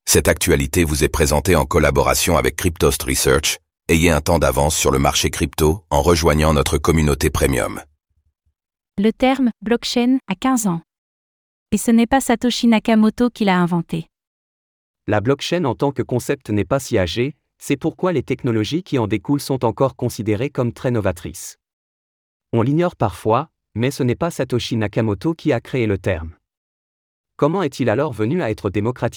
Cette actualité vous est présentée en collaboration avec Cryptost Research. Ayez un temps d'avance sur le marché crypto en rejoignant notre communauté premium. Le terme « blockchain » a 15 ans. Et ce n'est pas Satoshi Nakamoto qui l'a inventé. La blockchain en tant que concept n'est pas si âgée, c'est pourquoi les technologies qui en découlent sont encore considérées comme très novatrices. On l'ignore parfois, mais ce n'est pas Satoshi Nakamoto qui a créé le terme. Comment est-il alors venu à être démocratisé ?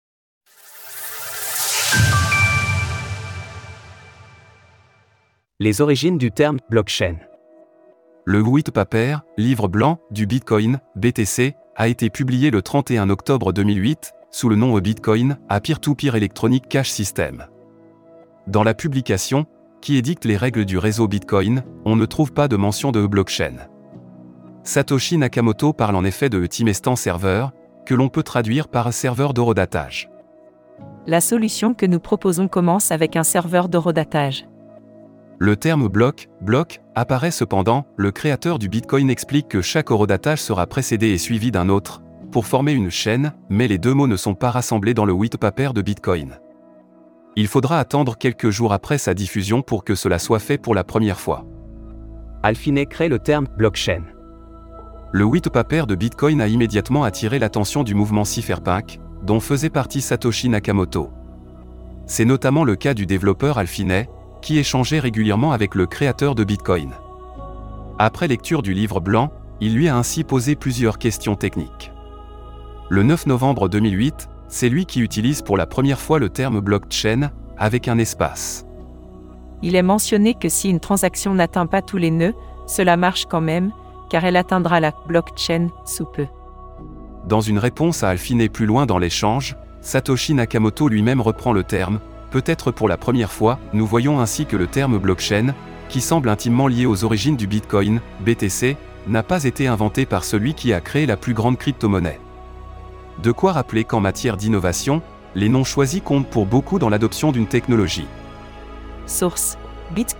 Les origines du terme « blockchain ». Le white paper, livre blanc, du Bitcoin, BTC, a été publié le 31 octobre 2008, sous le nom Bitcoin, à Peer-to-Peer Electronic Cash System. Dans la publication, qui édicte les règles du réseau Bitcoin, on ne trouve pas de mention de blockchain. Satoshi Nakamoto parle en effet de Timestamp Server, que l'on peut traduire par serveur d'horodatage. La solution que nous proposons commence avec un serveur d'horodatage. Le terme bloc apparaît cependant, le créateur du Bitcoin explique que chaque horodatage sera précédé et suivi d'un autre, pour former une chaîne, mais les deux mots ne sont pas rassemblés dans le white paper de Bitcoin. Il faudra attendre quelques jours après sa diffusion pour que cela soit fait pour la première fois. Alphine crée le terme « blockchain ». Le white paper de Bitcoin a immédiatement attiré l'attention du mouvement cypherpunk, dont faisait partie Satoshi Nakamoto. C'est notamment le cas du développeur Alphine, qui échangeait régulièrement avec le créateur de Bitcoin. Après lecture du livre blanc, il lui a ainsi posé plusieurs questions techniques. Le 9 novembre 2008, c'est lui qui utilise pour la première fois le terme blockchain, avec un espace. Il est mentionné que si une transaction n'atteint pas tous les nœuds, cela marche quand même, car elle atteindra la blockchain sous peu. Dans une réponse à Alphine plus loin dans l'échange, Satoshi Nakamoto lui-même reprend le terme. Peut-être pour la première fois, nous voyons ainsi que le terme blockchain, qui semble intimement lié aux origines du Bitcoin, BTC, n'a pas été inventé par celui qui a créé la plus grande crypto-monnaie. De quoi rappeler qu'en matière d'innovation, les noms choisis comptent pour beaucoup dans l'adoption d'une technologie. Source: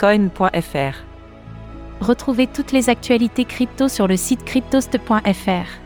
bitcoin.fr. Retrouvez toutes les actualités crypto sur le site cryptost.fr.